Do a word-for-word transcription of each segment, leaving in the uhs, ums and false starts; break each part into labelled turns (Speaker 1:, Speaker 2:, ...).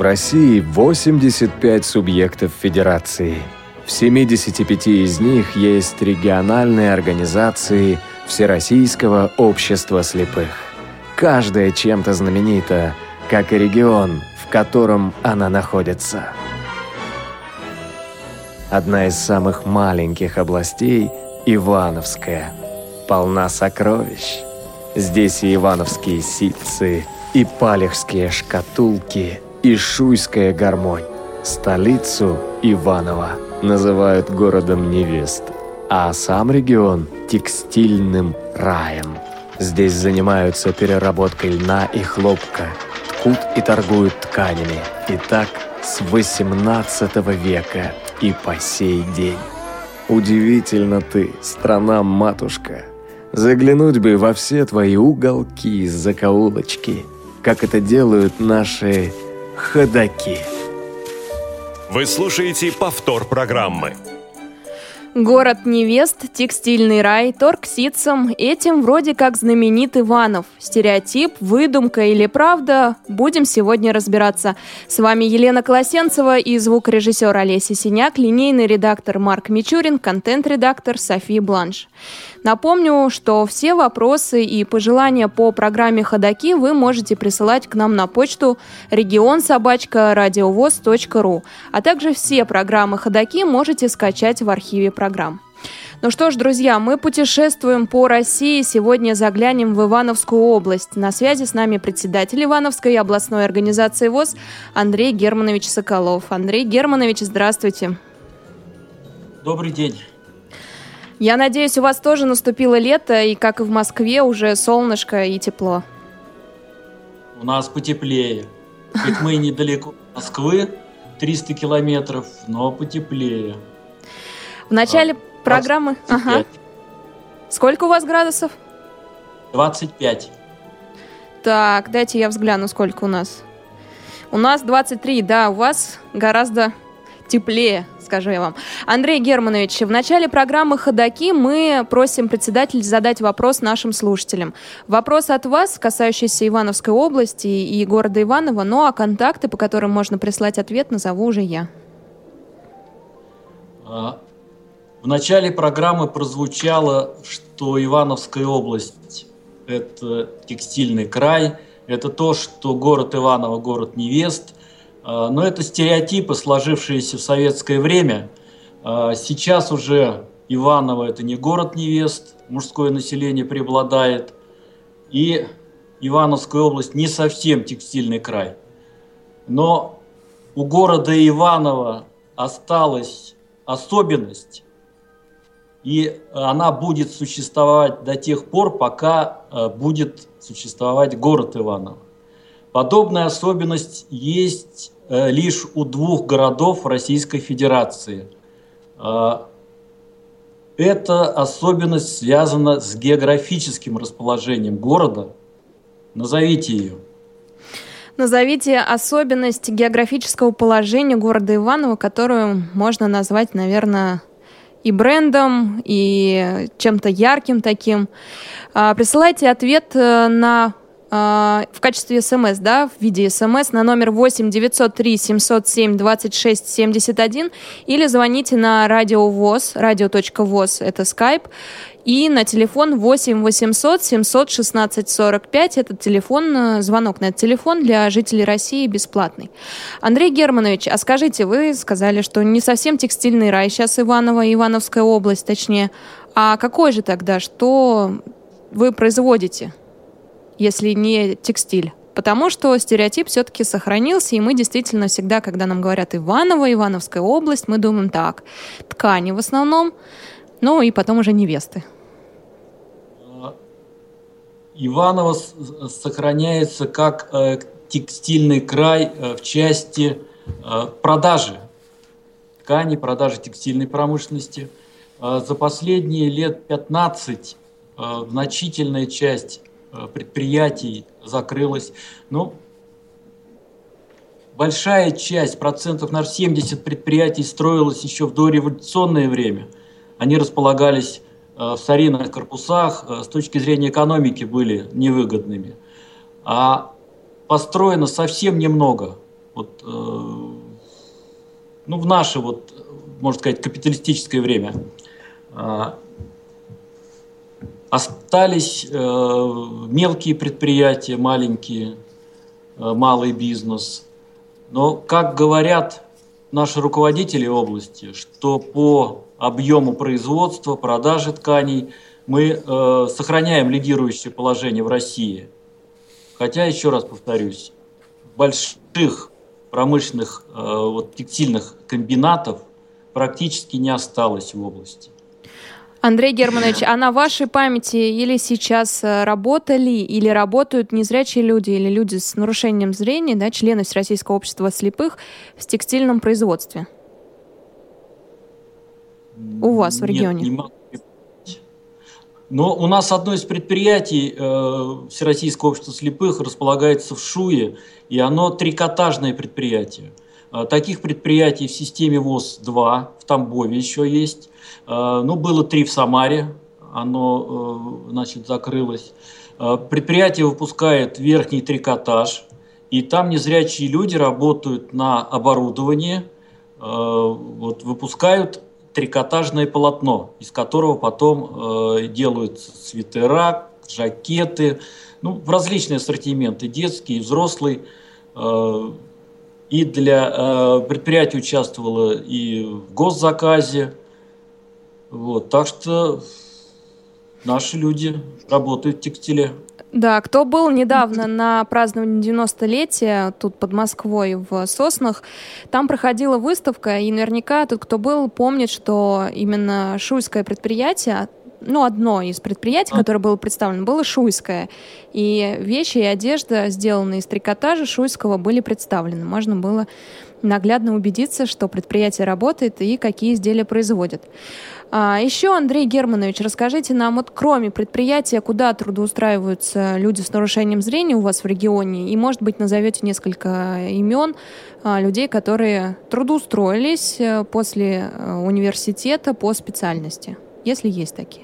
Speaker 1: В России восемьдесят пять субъектов федерации. В семидесяти пяти из них есть региональные организации Всероссийского общества слепых. Каждая чем-то знаменита, как и регион, в котором она находится. Одна из самых маленьких областей – Ивановская. Полна сокровищ. Здесь и ивановские ситцы, и палехские шкатулки, и шуйская гармонь. Столицу Иваново называют городом невест, а сам регион – текстильным раем. Здесь занимаются переработкой льна и хлопка, ткут и торгуют тканями. И так с восемнадцатого века и по сей день. Удивительно ты, страна-матушка. Заглянуть бы во все твои уголки, закоулочки, как это делают наши ходаки.
Speaker 2: Вы слушаете повтор программы.
Speaker 3: Город невест, текстильный рай, торг ситцам – этим вроде как знаменит Иванов. Стереотип, выдумка или правда – будем сегодня разбираться. С вами Елена Колосенцева и звукорежиссер Олеся Синяк, линейный редактор Марк Мичурин, контент-редактор София Бланш. Напомню, что все вопросы и пожелания по программе «Ходаки» вы можете присылать к нам на почту регион собака радиовоз точка ру, а также все программы «Ходаки» можете скачать в архиве программ. Ну что ж, друзья, мы путешествуем по России. Сегодня заглянем в Ивановскую область. На связи с нами председатель Ивановской областной организации ВОС Андрей Германович Соколов. Андрей Германович, здравствуйте.
Speaker 4: Добрый день.
Speaker 3: Я надеюсь, у вас тоже наступило лето, и, как и в Москве, уже солнышко и тепло.
Speaker 4: У нас потеплее. Ведь мы недалеко от Москвы, триста километров, но потеплее.
Speaker 3: В начале
Speaker 4: а,
Speaker 3: программы... Ага. Сколько у вас градусов?
Speaker 4: двадцать пять.
Speaker 3: Так, дайте я взгляну, сколько у нас. У нас двадцать три, да, у вас гораздо теплее, скажу я вам. Андрей Германович, в начале программы «Ходаки» мы просим председателя задать вопрос нашим слушателям. Вопрос от вас, касающийся Ивановской области и города Иваново, ну а контакты, по которым можно прислать ответ, назову уже я.
Speaker 4: В начале программы прозвучало, что Ивановская область – это текстильный край, это то, что город Иваново – город невест. Но это стереотипы, сложившиеся в советское время. Сейчас уже Иваново – это не город невест, мужское население преобладает. И Ивановская область не совсем текстильный край. Но у города Иваново осталась особенность, и она будет существовать до тех пор, пока будет существовать город Иваново. Подобная особенность есть э, лишь у двух городов Российской Федерации. Э, эта особенность связана с географическим расположением города. Назовите ее.
Speaker 3: Назовите особенность географического положения города Иваново, которую можно назвать, наверное, и брендом, и чем-то ярким таким. Э, присылайте ответ на... в качестве смс, да, в виде смс на номер восемь девятьсот три семьсот семь двадцать шесть семьдесят один или звоните на радио ВОС, радио.воз, это скайп, и на телефон восемь восемьсот семьсот шестнадцать сорок пять, этот телефон, звонок на этот телефон для жителей России бесплатный. Андрей Германович, а скажите, вы сказали, что не совсем текстильный рай сейчас Иваново, Ивановская область, точнее, а какой же тогда, что вы производите, если не текстиль? Потому что стереотип все-таки сохранился, и мы действительно всегда, когда нам говорят Иваново, Ивановская область, мы думаем так, ткани в основном, ну и потом уже невесты.
Speaker 4: Иваново сохраняется как э, текстильный край э, в части э, продажи тканей, продажи текстильной промышленности. Э, за последние лет пятнадцать э, значительная часть предприятий закрылась. Ну, большая часть, процентов на семьдесят предприятий строилась еще в дореволюционное время. Они располагались в старинных корпусах, с точки зрения экономики были невыгодными. А построено совсем немного вот, э, ну, в наше, вот, можно сказать, капиталистическое время, э, остались э, мелкие предприятия, маленькие, э, малый бизнес. Но, как говорят наши руководители области, что по объему производства, продажи тканей мы э, сохраняем лидирующее положение в России. Хотя, еще раз повторюсь, больших промышленных э, вот, текстильных комбинатов практически не осталось в области.
Speaker 3: Андрей Германович, а на вашей памяти или сейчас работали, или работают незрячие люди, или люди с нарушением зрения, да, члены Всероссийского общества слепых в текстильном производстве? У вас в регионе?
Speaker 4: Нет, не могу. Но у нас одно из предприятий э, Всероссийского общества слепых располагается в Шуе, и оно трикотажное предприятие. Э, таких предприятий в системе ВОС два, в Тамбове еще есть. Э, ну, было три в Самаре, оно, э, значит, закрылось. Э, предприятие выпускает верхний трикотаж, и там незрячие люди работают на оборудовании, э, вот, выпускают трикотажное полотно, из которого потом э, делают свитера, жакеты, ну, в различные ассортименты, детский, взрослый. Э, и для э, предприятия участвовало и в госзаказе. Вот, так что наши люди работают в текстиле.
Speaker 3: Да, кто был недавно на праздновании девяностолетия тут под Москвой в Соснах, там проходила выставка, и наверняка тот, кто был, помнит, что именно шуйское предприятие, ну, одно из предприятий, которое было представлено, было шуйское. И вещи и одежда, сделанные из трикотажа шуйского, были представлены. Можно было наглядно убедиться, что предприятие работает и какие изделия производит. А еще, Андрей Германович, расскажите нам, вот кроме предприятия, куда трудоустраиваются люди с нарушением зрения у вас в регионе, и, может быть, назовете несколько имен а, людей, которые трудоустроились после а, университета по специальности, если есть такие.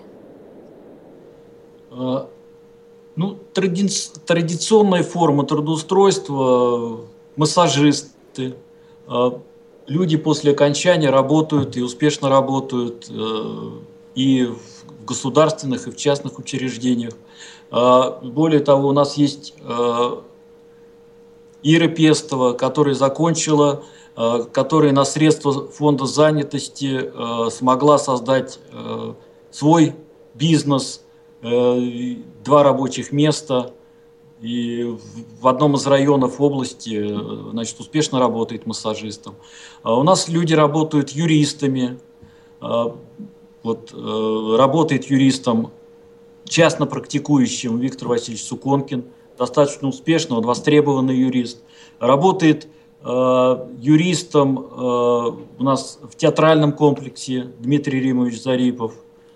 Speaker 4: А, ну, тради... традиционная форма трудоустройства – массажисты. А, люди после окончания работают и успешно работают э, и в государственных, и в частных учреждениях. Э, более того, у нас есть э, Ира Пестова, которая закончила, э, которая на средства фонда занятости э, смогла создать э, свой бизнес, э, два рабочих места. И в одном из районов области, значит, успешно работает массажистом. У нас люди работают юристами. Вот, работает юристом частно практикующим Виктор Васильевич Суконкин, достаточно успешный, он востребованный юрист. Работает юристом у нас в театральном комплексе Дмитрий Римович Зарипов.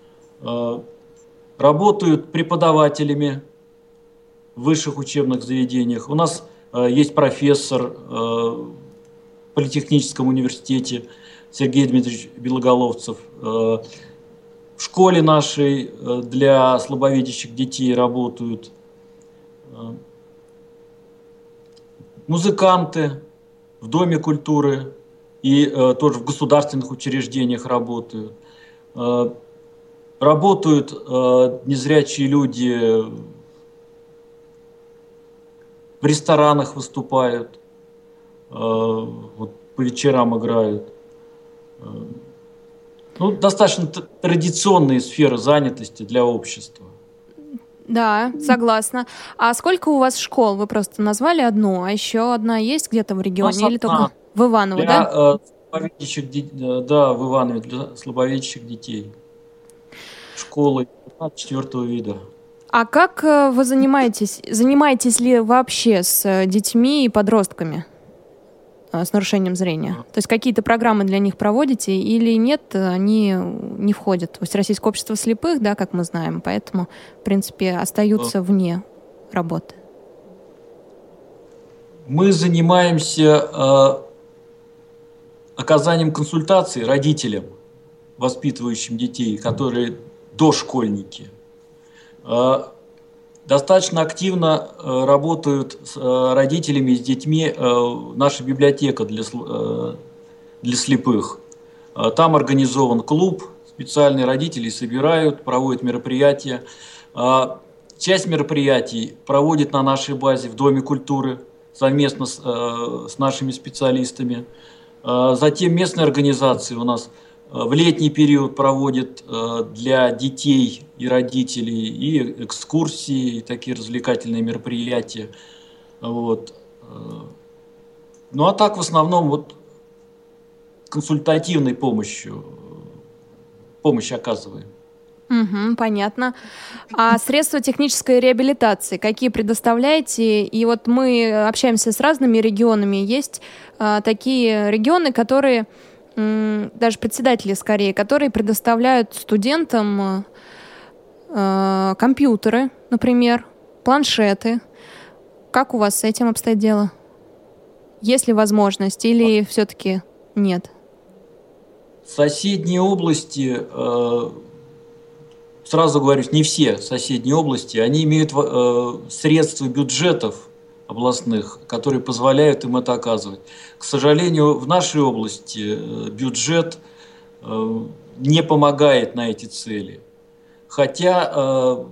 Speaker 4: Работают преподавателями в высших учебных заведениях. У нас э, есть профессор э, в Политехническом университете Сергей Дмитриевич Белоголовцев. Э, в школе нашей э, для слабовидящих детей работают э, музыканты в Доме культуры и э, тоже в государственных учреждениях работают. Э, работают э, незрячие люди, в ресторанах выступают, э, вот, по вечерам играют. Э, ну, достаточно т- традиционные сферы занятости для общества.
Speaker 3: Да, согласна. А сколько у вас школ? Вы просто назвали одну, а еще одна есть где-то в регионе или только в Иваново,
Speaker 4: для,
Speaker 3: да?
Speaker 4: Э, слабовидящих, да, в Иванове для слабовидящих детей. Школы четвертого вида.
Speaker 3: А как вы занимаетесь? Занимаетесь ли вообще с детьми и подростками с нарушением зрения? То есть какие-то программы для них проводите или нет, они не входят в Всероссийское общество слепых, да, как мы знаем, поэтому, в принципе, остаются вне работы?
Speaker 4: Мы занимаемся э, оказанием консультаций родителям, воспитывающим детей, которые дошкольники. До Достаточно активно э, работают с э, родителями и с детьми э, наша библиотека для, э, для слепых. Э, там организован клуб, специальные родители собирают, проводят мероприятия. Э, часть мероприятий проводит на нашей базе в Доме культуры совместно с, э, с нашими специалистами. Э, затем местные организации у нас в летний период проводят для детей и родителей и экскурсии, и такие развлекательные мероприятия. Вот. Ну а так в основном вот консультативной помощью помощь оказываем.
Speaker 3: Угу, понятно. А средства технической реабилитации какие предоставляете? И вот мы общаемся с разными регионами. Есть а, такие регионы, которые даже председатели скорее, которые предоставляют студентам э, компьютеры, например, планшеты. Как у вас с этим обстоит дело? Есть ли возможность или а... все-таки нет?
Speaker 4: Соседние области, э, сразу говорю, не все соседние области, они имеют э, средства бюджетов областных, которые позволяют им это оказывать. К сожалению, в нашей области бюджет не помогает на эти цели. Хотя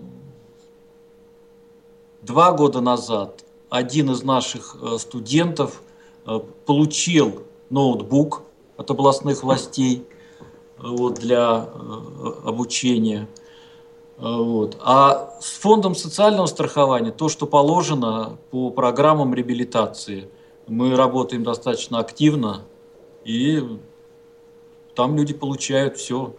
Speaker 4: два года назад один из наших студентов получил ноутбук от областных властей вот, для обучения. Вот. А с фондом социального страхования, то, что положено по программам реабилитации, мы работаем достаточно активно, и там люди получают все.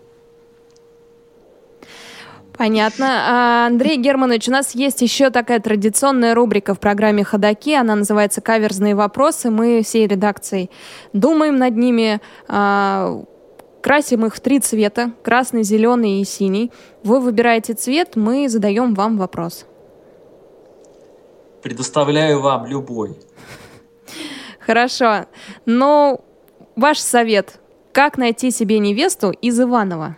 Speaker 3: Понятно. Андрей Германович, у нас есть еще такая традиционная рубрика в программе «Ходоки». Она называется «Каверзные вопросы». Мы всей редакцией думаем над ними, красим их в три цвета: красный, зеленый и синий. Вы выбираете цвет, мы задаем вам вопрос.
Speaker 4: Предоставляю вам любой.
Speaker 3: Хорошо. Но ваш совет: как найти себе невесту из Иваново?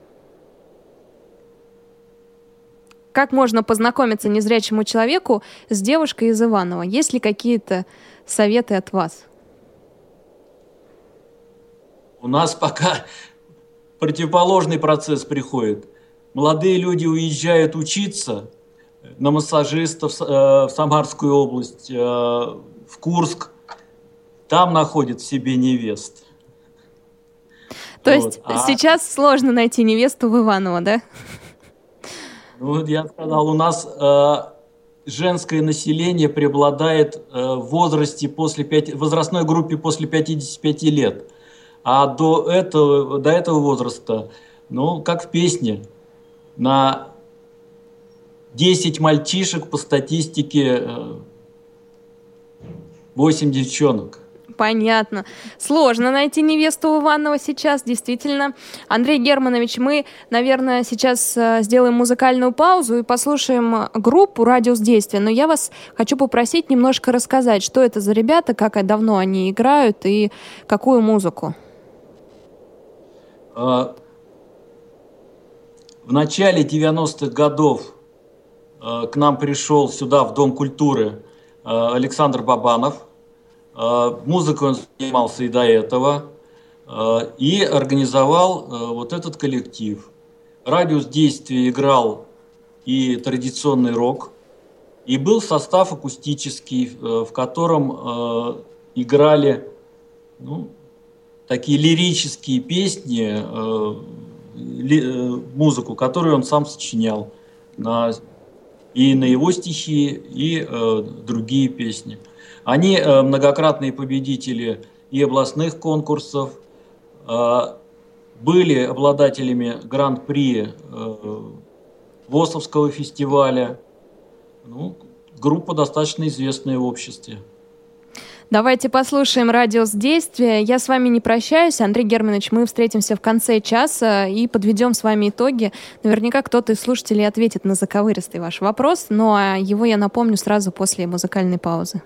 Speaker 3: Как можно познакомиться незрячему человеку с девушкой из Иваново? Есть ли какие-то советы от вас?
Speaker 4: У нас пока противоположный процесс приходит. Молодые люди уезжают учиться на массажистов в Самарскую область, в Курск. Там находят себе невест.
Speaker 3: То вот. есть а... сейчас сложно найти невесту в Иваново, да?
Speaker 4: Ну, вот я сказал, у нас э, женское население преобладает э, в возрасте после пяти, возрастной группе после пятидесяти пяти лет. А до этого, до этого возраста, ну, как в песне, на десять мальчишек по статистике восемь девчонок.
Speaker 3: Понятно. Сложно найти невесту в Иваново сейчас, действительно. Андрей Германович, мы, наверное, сейчас сделаем музыкальную паузу и послушаем группу «Радиус действия». Но я вас хочу попросить немножко рассказать, что это за ребята, как давно они играют и какую музыку.
Speaker 4: В начале девяностых годов к нам пришел сюда, в Дом культуры, Александр Бабанов. Музыкой он занимался и до этого, и организовал вот этот коллектив. «Радиус действия» играл и традиционный рок, и был состав акустический, в котором играли, ну, такие лирические песни, музыку, которую он сам сочинял, на, и на его стихи, и другие песни. Они э, многократные победители и областных конкурсов, э, были обладателями гран-при э, ВОСовского фестиваля. Ну, группа достаточно известная в обществе.
Speaker 3: Давайте послушаем «Радиус действия». Я с вами не прощаюсь. Андрей Германович, мы встретимся в конце часа и подведем с вами итоги. Наверняка кто-то из слушателей ответит на заковыристый ваш вопрос, но его я напомню сразу после музыкальной паузы.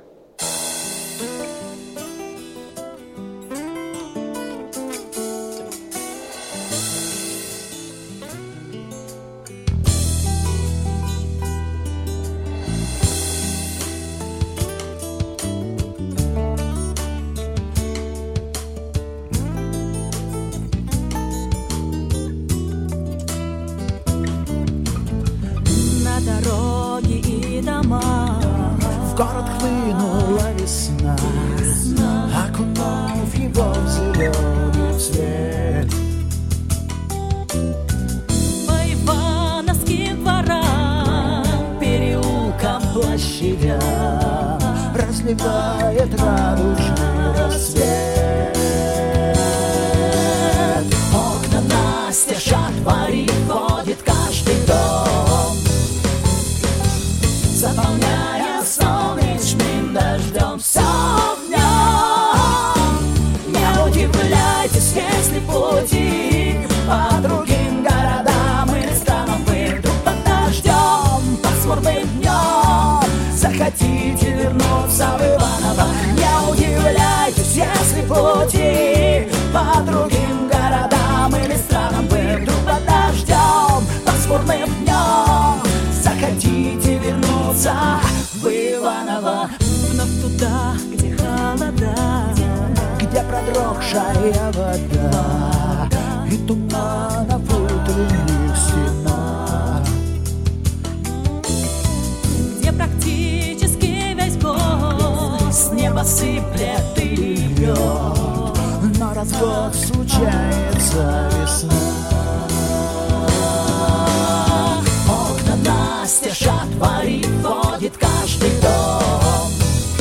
Speaker 5: разливает радужный рассвет. Окна настежь отворив, входит каждый дом, заполняя солнечным дождем все в нем. Не удивляйтесь, если пути по другим городам или странам вы вдруг под дождем пасмурным днем захотите вернуться в Иваново. Не удивляйтесь, если пути по другим городам или странам вы вдруг под дождем пасмурным днем захотите вернуться в Иваново. Вновь туда, где холода, где продрогшая вода и туманов утренних стена, где практически весь год с неба сыплет и льет, но раз в год случается весна. Окна настежь отворив, входит каждый дом,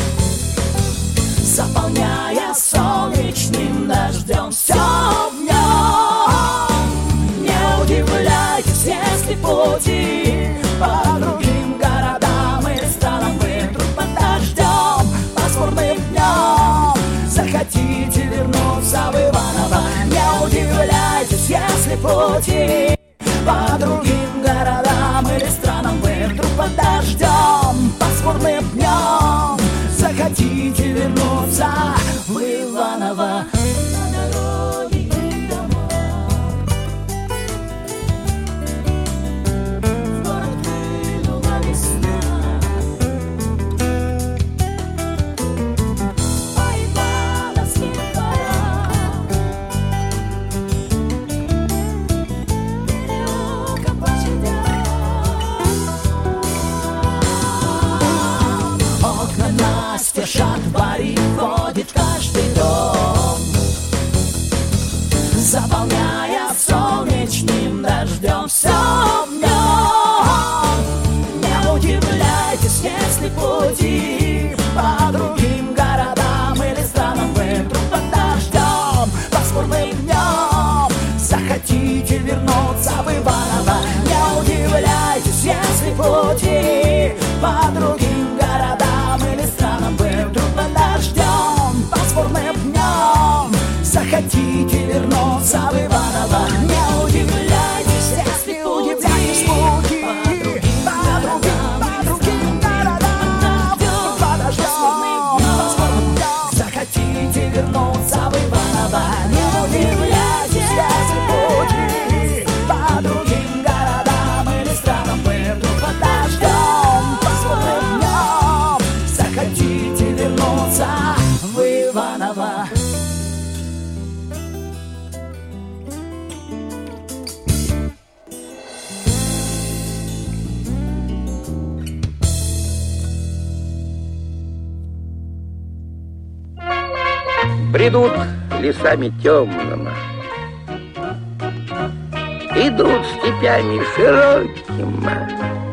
Speaker 5: заполняя солнечным дождем все в нем. Не удивляйтесь, если пути по другим городам или странам вы вдруг под дождем пасмурным днем захотите вернуться в Иваново. Не удивляйтесь, если пути по другим городам или странам вы вдруг под дождем пасмурным днем захотите вернуться в Иваново. На дороге и домой в город хлынула весна. По ивановским дворам переулкам, площадям. Окна настежь отворив, входит каждый дом, заполняя солнечным дождем все в нем. Не удивляйтесь, если пути по другим городам или странам вы вдруг под дождем пасмурным днем захотите вернуться в Иваново. Не удивляйтесь, если пути по другим городам или странам вы вдруг под дождем пасмурным днем захотите вернуться в Иваново. Не удивляйтесь, если удивляйтесь пути по другим, по другим городам под дождем пасмурным днем захотите вернуться в Иваново. Не удивляйтесь, если пути по другим городам или странам вы вдруг под дождем пасмурным днем захотите вернуться в Иваново.
Speaker 6: Бредут лесами темными, идут степями широкими,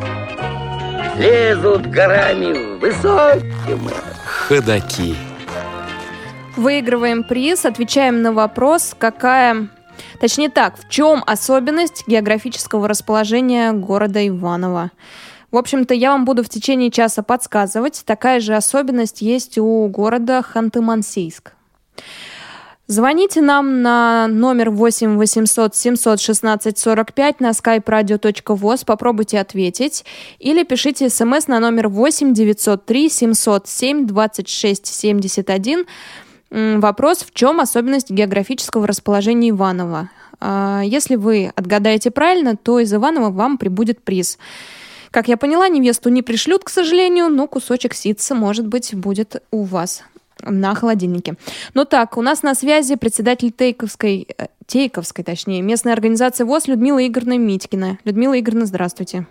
Speaker 6: лезут горами высокими.
Speaker 1: Ходаки.
Speaker 3: Выигрываем приз, отвечаем на вопрос, какая... Точнее так, в чем особенность географического расположения города Иваново? В общем-то, я вам буду в течение часа подсказывать. Такая же особенность есть у города Ханты-Мансийск. Звоните нам на номер восемь восемьсот семьсот шестнадцать сорок пять на skype radio точка voz, попробуйте ответить. Или пишите смс на номер восемь девятьсот три семьсот семь двадцать шесть семьдесят один. Вопрос, в чем особенность географического расположения Иванова? Если вы отгадаете правильно, то из Иванова вам прибудет приз. Как я поняла, невесту не пришлют, к сожалению, но кусочек ситца, может быть, будет у вас на холодильнике. Ну так, у нас на связи председатель Тейковской, Тейковской, точнее, местной организации ВОС Людмила Игоревна Митькина. Людмила Игоревна, здравствуйте.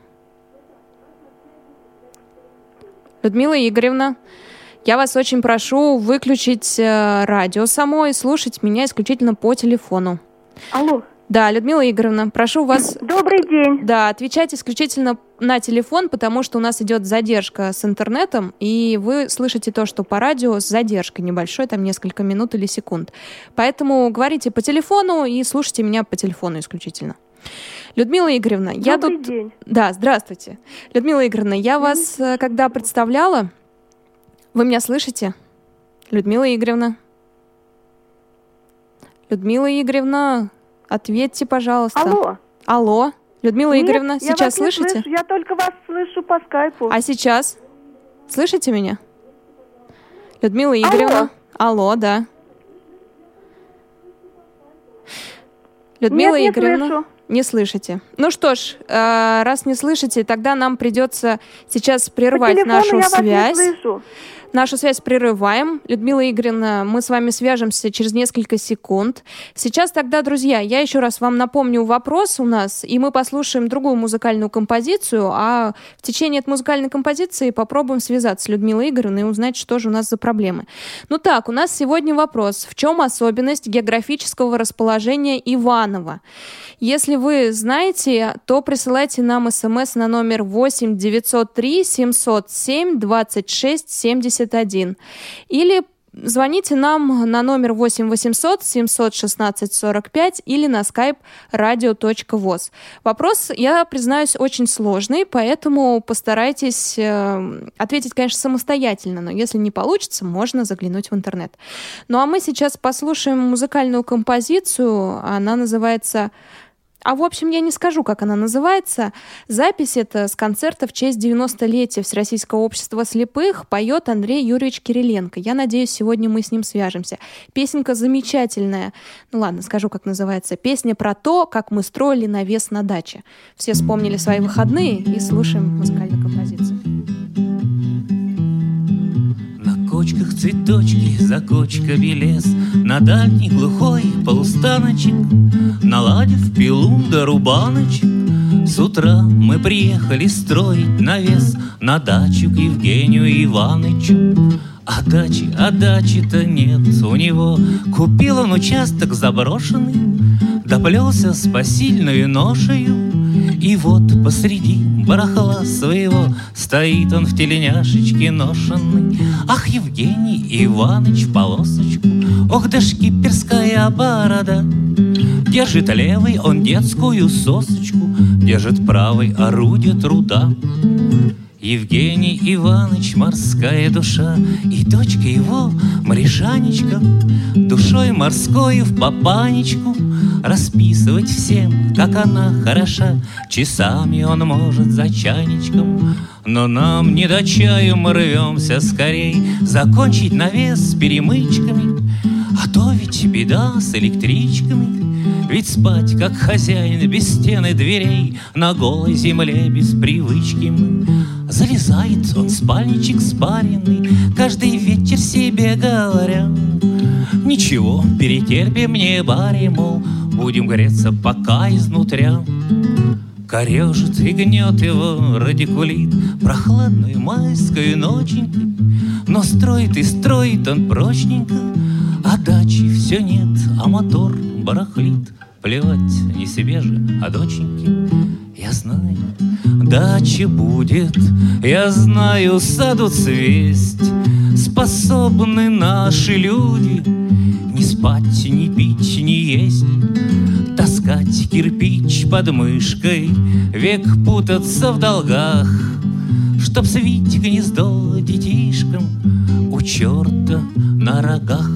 Speaker 3: Людмила Игоревна, я вас очень прошу выключить радио само и слушать меня исключительно по телефону.
Speaker 7: Алло.
Speaker 3: Да, Людмила Игоревна, прошу вас...
Speaker 7: Добрый день.
Speaker 3: Да, отвечать исключительно на телефон, потому что у нас идет задержка с интернетом, и вы слышите то, что по радио с задержкой небольшой, там несколько минут или секунд. Поэтому говорите по телефону и слушайте меня по телефону исключительно. Людмила Игоревна,
Speaker 7: Добрый
Speaker 3: я тут...
Speaker 7: день.
Speaker 3: Да, здравствуйте. Людмила Игоревна, я вас, когда представляла... Вы меня слышите? Людмила Игоревна? Людмила Игоревна, ответьте, пожалуйста.
Speaker 7: Алло.
Speaker 3: Алло. Людмила
Speaker 7: Нет,
Speaker 3: Игоревна,
Speaker 7: я
Speaker 3: сейчас
Speaker 7: вас не
Speaker 3: слышите?
Speaker 7: слышу, я только вас слышу по скайпу.
Speaker 3: А сейчас? Слышите меня? Людмила Игоревна? Алло, Алло да. Людмила
Speaker 7: Нет, не
Speaker 3: Игоревна?
Speaker 7: слышу.
Speaker 3: Не слышите. Ну что ж, э, раз не слышите, тогда нам придется сейчас прервать
Speaker 7: по
Speaker 3: нашу
Speaker 7: я
Speaker 3: связь.
Speaker 7: Вас не слышу.
Speaker 3: Нашу связь прерываем. Людмила Игоревна, мы с вами свяжемся через несколько секунд. Сейчас тогда, друзья, я еще раз вам напомню вопрос у нас, и мы послушаем другую музыкальную композицию, а в течение этой музыкальной композиции попробуем связаться с Людмилой Игоревной и узнать, что же у нас за проблемы. Ну так, у нас сегодня вопрос. В чем особенность географического расположения Иваново? Если вы знаете, то присылайте нам смс на номер восемь девятьсот три семьсот семь двадцать шесть семьдесят один или звоните нам на номер восемь восемьсот семьсот шестнадцать сорок пять или на skype radio точка voz. Вопрос, я признаюсь, очень сложный, поэтому постарайтесь э, ответить, конечно, самостоятельно, но если не получится, можно заглянуть в интернет. Ну а мы сейчас послушаем музыкальную композицию, она называется... А в общем, я не скажу, как она называется. Запись эта с концерта в честь девяностолетия Всероссийского общества слепых поет Андрей Юрьевич Кириленко. Я надеюсь, сегодня мы с ним свяжемся. Песенка замечательная. Ну ладно, скажу, как называется. Песня про то, как мы строили навес на даче. Все вспомнили свои выходные и слушаем музыкальную композицию.
Speaker 8: На кочках цветочки, за кочками лес, на дальний глухой полустаночек, наладив пилу да рубаночек, с утра мы приехали строить навес на дачу к Евгению Иванычу. А дачи, а дачи-то нет у него. Купил он участок заброшенный, доплелся с посильною ношею, и вот посреди барахла своего стоит он в тельняшечке ношенный. Ах, Евгений Иваныч в полосочку, ох да шкиперская борода. Держит левый он детскую сосочку, держит правый орудие труда. Евгений Иваныч морская душа, и дочка его Маришанечка, душой морскою в папанечку расписывать всем, как она хороша. Часами он может за чайничком, но нам не до чаю, мы рвемся скорей закончить навес с перемычками. А то ведь беда с электричками, ведь спать, как хозяин, без стен и дверей, на голой земле без привычки мы. Залезает он в спальничек спаренный, каждый вечер себе говоря: ничего, перетерпим, не баре, мол, будем греться пока изнутря. Корежит и гнет его радикулит прохладную майскую ноченькой, но строит и строит он прочненько, а дачи все нет, а мотор барахлит. Плевать не себе же, а доченьке. Я знаю, дача будет, я знаю, саду цвесть. Способны наши люди не спать, не пить, не есть, таскать кирпич под мышкой, век путаться в долгах, чтоб свить гнездо детишкам у черта на рогах.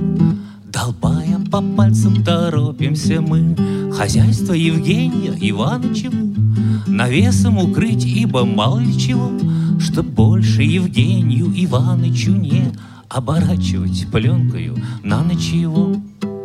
Speaker 8: Долбая по пальцам торопимся мы хозяйство Евгения Иваныча навесом укрыть, ибо мало ли чего, чтоб больше Евгению Иванычу не оборачивать пленкою на ночь его.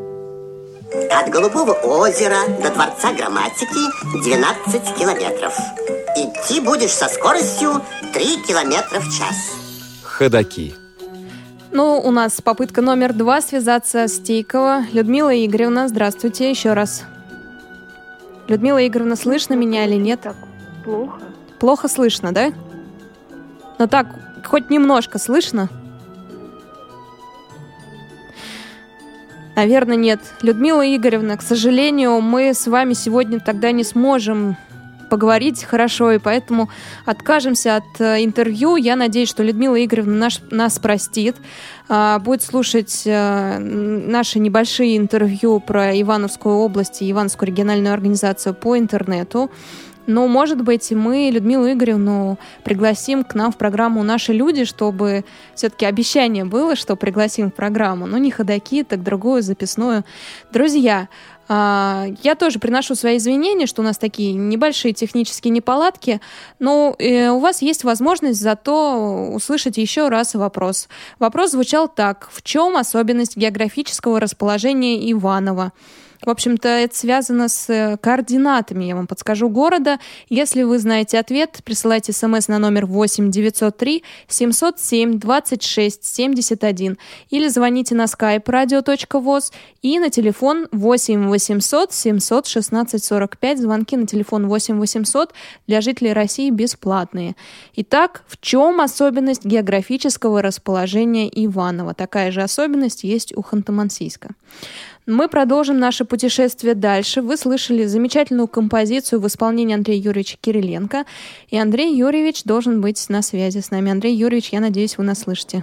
Speaker 9: От Голубого озера до Дворца грамматики двенадцать километров. Идти будешь со скоростью три километра в час.
Speaker 1: Ходаки.
Speaker 3: Ну, у нас попытка номер два связаться с Тейково. Людмила Игоревна, здравствуйте еще раз. Людмила Игоревна, слышно меня или нет?
Speaker 7: Так, плохо.
Speaker 3: Плохо слышно, да? Ну так, хоть немножко слышно? Наверное, нет. Людмила Игоревна, к сожалению, мы с вами сегодня тогда не сможем поговорить хорошо, и поэтому откажемся от э, интервью. Я надеюсь, что Людмила Игоревна наш, нас простит, э, будет слушать э, наши небольшие интервью про Ивановскую область и Ивановскую региональную организацию по интернету. Но, может быть, мы Людмилу Игоревну пригласим к нам в программу «Наши люди», чтобы все-таки обещание было, что пригласим в программу. Но не ходаки, так другую записную. Друзья, я тоже приношу свои извинения, что у нас такие небольшие технические неполадки, но у вас есть возможность зато услышать еще раз вопрос. Вопрос звучал так: в чем особенность географического расположения Иваново? В общем-то, это связано с координатами, я вам подскажу, города. Если вы знаете ответ, присылайте смс на номер восемь девятьсот три семьсот семь двадцать шесть семьдесят один или звоните на skype radio точка voz и на телефон восемь восемьсот семьсот шестнадцать сорок пять. Звонки на телефон восемь восемьсот для жителей России бесплатные. Итак, в чем особенность географического расположения Иваново? Такая же особенность есть у Ханты-Мансийска. Мы продолжим наше путешествие дальше. Вы слышали замечательную композицию в исполнении Андрея Юрьевича Кириленко. И Андрей Юрьевич должен быть на связи с нами. Андрей Юрьевич, я надеюсь, вы нас слышите.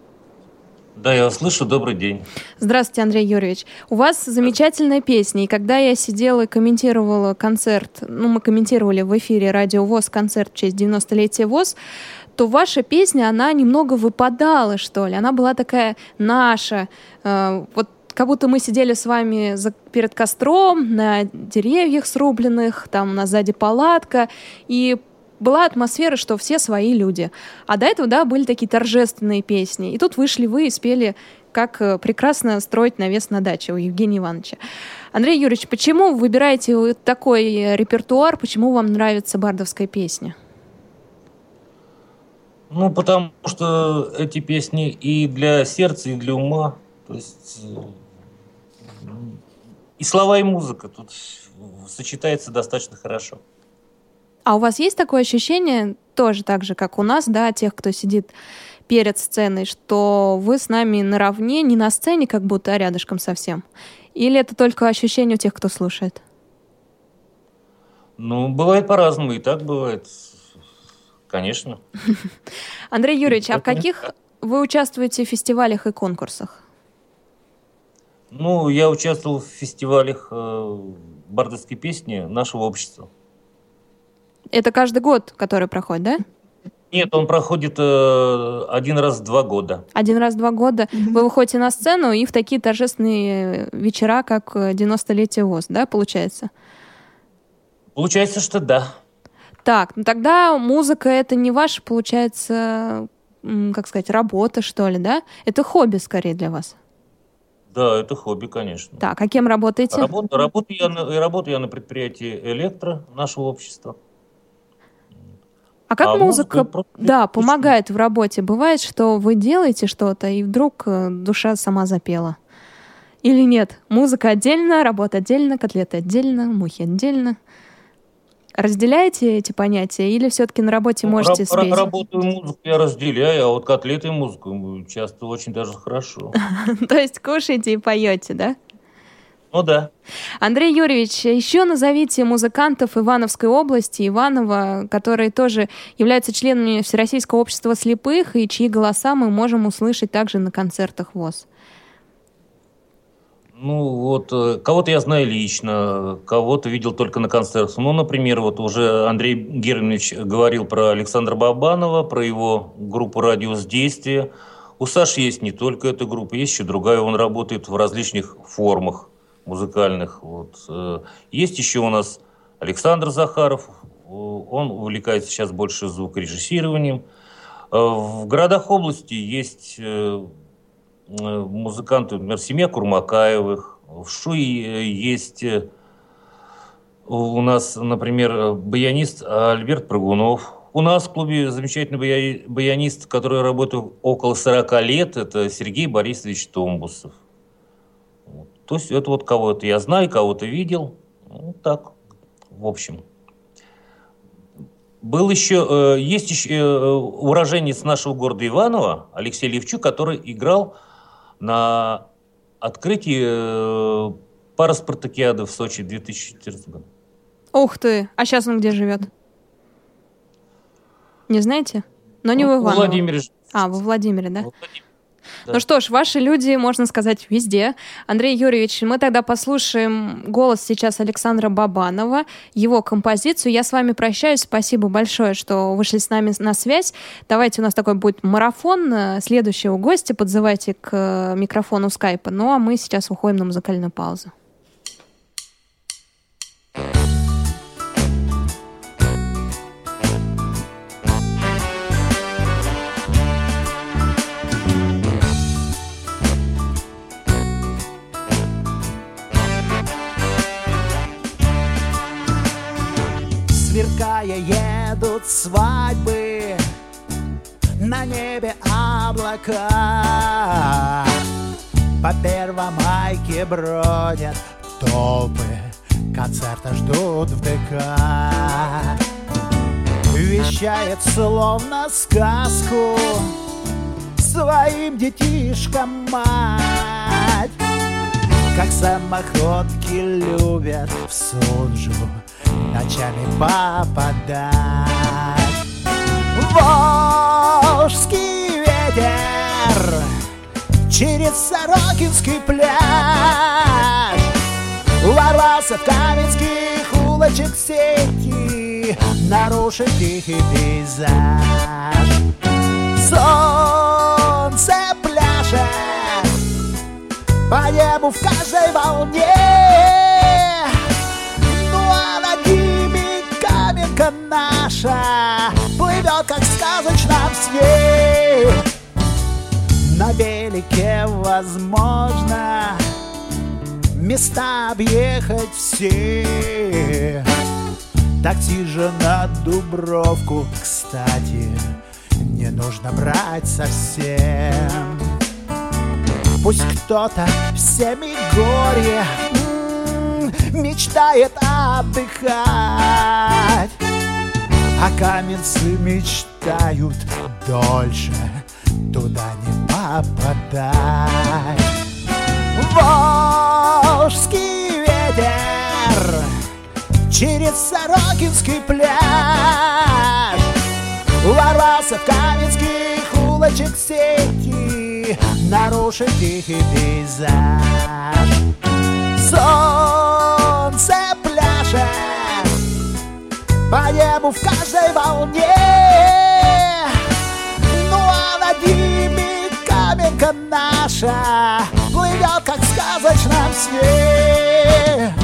Speaker 10: Да, я вас слышу. Добрый день.
Speaker 3: Здравствуйте, Андрей Юрьевич. У вас замечательная песня. И когда я сидела и комментировала концерт, ну, мы комментировали в эфире Радио ВОС концерт в честь девяностолетия ВОС, то ваша песня, она немного выпадала, что ли. Она была такая наша. Э, вот как будто мы сидели с вами за, перед костром, на деревьях срубленных, там у нас сзади палатка, и была атмосфера, что все свои люди. А до этого, да, были такие торжественные песни. И тут вышли вы и спели, как прекрасно строить навес на даче у Евгения Ивановича. Андрей Юрьевич, почему вы выбираете такой репертуар, почему вам нравится бардовская песня?
Speaker 10: Ну, потому что эти песни и для сердца, и для ума. То есть и слова, и музыка тут сочетается достаточно хорошо.
Speaker 3: А у вас есть такое ощущение, тоже так же, как у нас, да, тех, кто сидит перед сценой, что вы с нами наравне, не на сцене как будто, а рядышком совсем? Или это только ощущение у тех, кто слушает?
Speaker 10: Ну, бывает по-разному, и так бывает, конечно.
Speaker 3: Андрей Юрьевич, а в каких вы участвуете в фестивалях и конкурсах?
Speaker 10: Ну, я участвовал в фестивалях э, бардовской песни нашего общества.
Speaker 3: Это каждый год, который проходит, да?
Speaker 10: Нет, он проходит э, один раз в два года.
Speaker 3: Один раз в два года. Mm-hmm. Вы выходите на сцену и в такие торжественные вечера, как девяностолетие ВОС, да, получается?
Speaker 10: Получается, что да.
Speaker 3: Так, ну тогда музыка — это не ваша, получается, как сказать, работа, что ли, да? Это хобби скорее для вас.
Speaker 10: Да, это хобби, конечно.
Speaker 3: Так, а кем работаете?
Speaker 10: Работа, работаю, я на, работаю я на предприятии «Электро» нашего общества.
Speaker 3: А как а музыка, музыка да,
Speaker 10: отлично.
Speaker 3: Помогает в работе? Бывает, что вы делаете что-то, и вдруг душа сама запела? Или нет? Музыка отдельно, работа отдельно, котлеты отдельно, мухи отдельно. Разделяете эти понятия или все-таки на работе ну, можете спеть?
Speaker 10: Работу и музыку я разделяю, а вот котлеты и музыку часто очень даже хорошо.
Speaker 3: То есть кушаете и поете, да?
Speaker 10: Ну да.
Speaker 3: Андрей Юрьевич, еще назовите музыкантов Ивановской области, Иваново, которые тоже являются членами Всероссийского общества слепых и чьи голоса мы можем услышать также на концертах ВОС.
Speaker 10: Ну вот, кого-то я знаю лично, кого-то видел только на концертах. Ну, например, вот уже Андрей Германович говорил про Александра Бабанова, про его группу «Радиус действия». У Саши есть не только эта группа, есть еще другая, он работает в различных формах музыкальных. Вот. Есть еще у нас Александр Захаров, он увлекается сейчас больше звукорежиссированием. В городах области есть музыканты, например, семья Курмакаевых. В Шуе есть у нас, например, баянист Альберт Прыгунов. У нас в клубе замечательный баянист, который работает около сорока лет, это Сергей Борисович Томбусов. То есть это вот кого-то я знаю, кого-то видел. Ну, так, в общем. Был еще, есть еще уроженец нашего города Иваново, Алексей Левчук, который играл на открытии параспартакиады в Сочи две тысячи четырнадцатом году.
Speaker 3: Ух ты! А сейчас он где живет? Не знаете? Но не ну, в Иваново.
Speaker 10: В Владимире.
Speaker 3: А, во Владимире, да?
Speaker 10: Владимир. Да.
Speaker 3: Ну что ж, ваши люди, можно сказать, везде. Андрей Юрьевич, мы тогда послушаем голос сейчас Александра Бабанова, его композицию. Я с вами прощаюсь. Спасибо большое, что вышли с нами на связь. Давайте, у нас такой будет марафон. Следующего гостя подзывайте к микрофону скайпа. Ну а мы сейчас уходим на музыкальную паузу.
Speaker 5: Сверкая едут свадьбы, на небе облака. По Первомайке бродят толпы, концерта ждут в ДК. Вещает словно сказку своим детишкам мать, как самоходки любят в Суджу ночами попадать. Волжский ветер через Сорокинский пляж ворвался в каменских улочек сети, нарушив тихий пейзаж. Солнце пляшет по небу в каждой волне, каменка наша плывет, как в сказочном сне. На велике возможно места объехать все. Такси же на Дубровку, кстати, не нужно брать совсем. Пусть кто-то в Семигорье мечтает отдыхать, а каменцы мечтают дольше туда не попадать. Волжский ветер через Сорокинский пляж ворвался в каменских улочек сети, нарушив тихий пейзаж. Солнце пляшет по небу в каждой волне, ну а над ними каменка наша плывет, как в сказочном сне.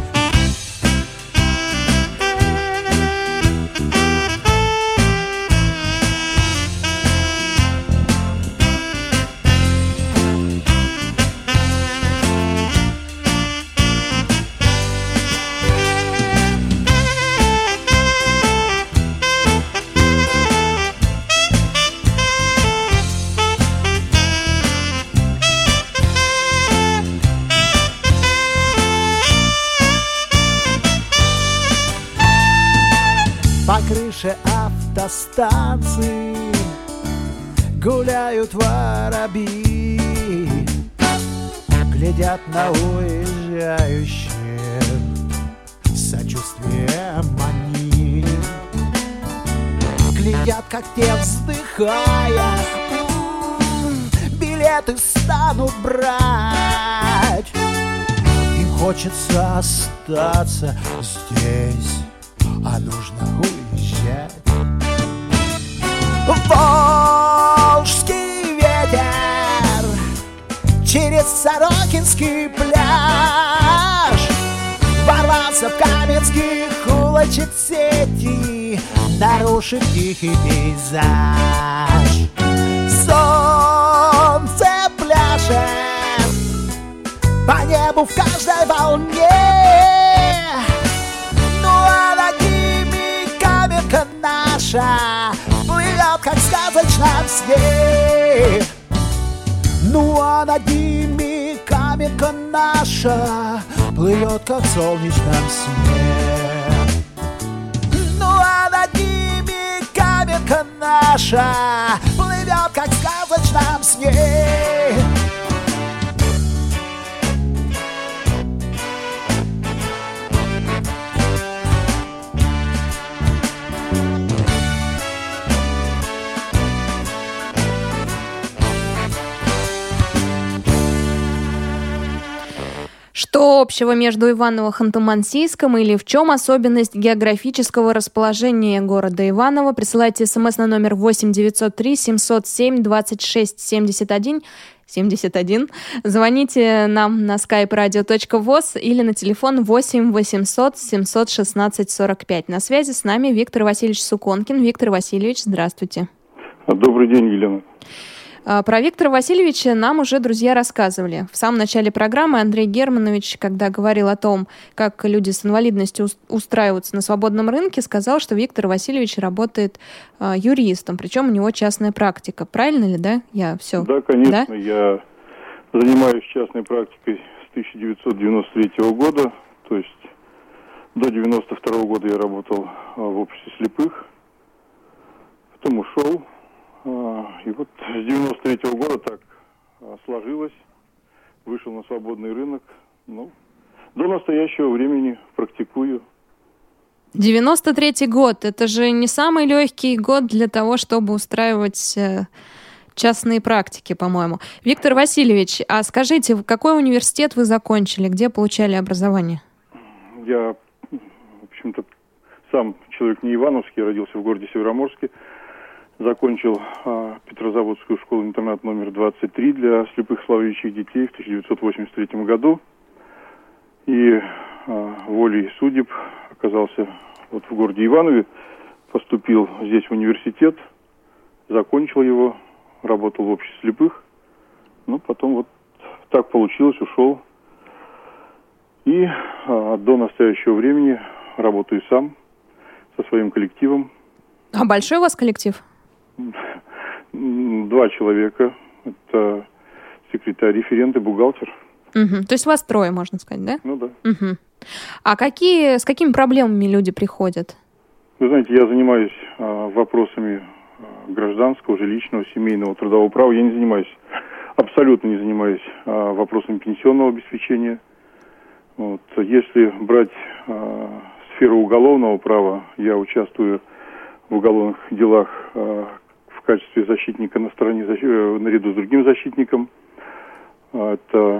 Speaker 5: По крыше автостанции гуляют воробьи, глядят на уезжающих, сочувствием они. Глядят, как те, вздыхая, билеты станут брать. Им хочется остаться здесь, а нужно уезжать. Волжский ветер через Сорокинский пляж ворвался в каменских улочек сети, нарушив тихий пейзаж. Солнце пляшет по небу в каждой волне, ну а над ними каменка наша плывет, как в сказочном сне. Ну а над ними каменка наша плывет, как в солнечном сне. Ну а над ними каменка наша плывет, как в сказочном сне.
Speaker 3: Что общего между Иваново-Ханты-Мансийском или в чем особенность географического расположения города Иваново? Присылайте смс на номер восемь девятьсот три семьсот семь двадцать шесть семьдесят один. семьдесят один. Звоните нам на skype radio точка voz или на телефон восемь восемьсот семьсот шестнадцать сорок пять. На связи с нами Виктор Васильевич Суконкин. Виктор Васильевич, здравствуйте.
Speaker 11: Добрый день, Елена.
Speaker 3: Про Виктора Васильевича нам уже друзья рассказывали. В самом начале программы Андрей Германович, когда говорил о том, как люди с инвалидностью устраиваются на свободном рынке, сказал, что Виктор Васильевич работает э, юристом, причем у него частная практика. Правильно ли, да? Я все.
Speaker 11: Да, конечно.
Speaker 3: Да?
Speaker 11: Я занимаюсь частной практикой с тысяча девятьсот девяносто третьего года, то есть до девяносто второго года я работал э, в обществе слепых, потом ушел. И вот с девяносто третьего года так сложилось, вышел на свободный рынок, ну, до настоящего времени практикую.
Speaker 3: девяносто третий год, это же не самый легкий год для того, чтобы устраивать частные практики, по-моему. Виктор Васильевич, а скажите, какой университет вы закончили, где получали образование?
Speaker 11: Я, в общем-то, сам человек не ивановский, я родился в городе Североморске. Закончил а, Петрозаводскую школу-интернат номер двадцать три для слепых слабовидящих детей в тысяча девятьсот восемьдесят третьем году. И а, волей судеб оказался вот в городе Иванове, поступил здесь в университет, закончил его, работал в обществе слепых. Ну, потом вот так получилось, ушел. И а, до настоящего времени работаю сам, со своим коллективом.
Speaker 3: А большой у вас коллектив?
Speaker 11: Два человека. Это секретарь, референт и бухгалтер.
Speaker 3: Угу. То есть вас трое, можно сказать, да?
Speaker 11: Ну да.
Speaker 3: Угу. А какие, с какими проблемами люди приходят?
Speaker 11: Вы знаете, я занимаюсь а, вопросами а, гражданского, жилищного, семейного, трудового права. Я не занимаюсь, абсолютно не занимаюсь а, вопросами пенсионного обеспечения. Вот. Если брать а, сферу уголовного права, я участвую в уголовных делах а, в качестве защитника на стороне, наряду с другим защитником. А, это